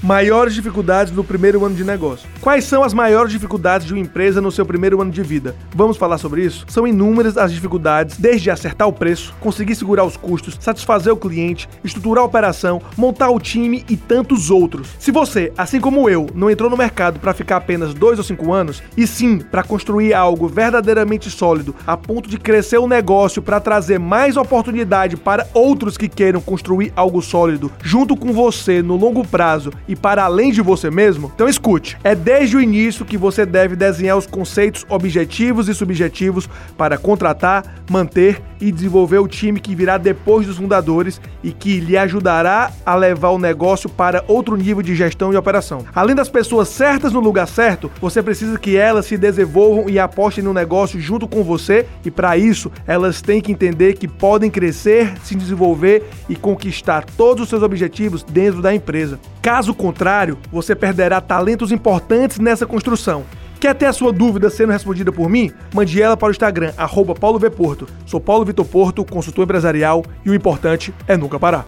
Maiores dificuldades no primeiro ano de negócio. Quais são as maiores dificuldades de uma empresa no seu primeiro ano de vida? Vamos falar sobre isso? São inúmeras as dificuldades, desde acertar o preço, conseguir segurar os custos, satisfazer o cliente, estruturar a operação, montar o time e tantos outros. Se você, assim como eu, não entrou no mercado para ficar apenas 2 ou 5 anos, e sim para construir algo verdadeiramente sólido, a ponto de crescer o negócio para trazer mais oportunidade para outros que queiram construir algo sólido junto com você no longo prazo e para além de você mesmo, então escute. É desde o início que você deve desenhar os conceitos objetivos e subjetivos para contratar, manter e desenvolver o time que virá depois dos fundadores e que lhe ajudará a levar o negócio para outro nível de gestão e operação. Além das pessoas certas no lugar certo, você precisa que elas se desenvolvam e apostem no negócio junto com você, e para isso elas têm que entender que podem crescer, se desenvolver e conquistar todos os seus objetivos dentro da empresa. Caso contrário, você perderá talentos importantes nessa construção. Quer ter a sua dúvida sendo respondida por mim? Mande ela para o Instagram, @PauloVPorto. Sou Paulo Vitor Porto, consultor empresarial, e o importante é nunca parar.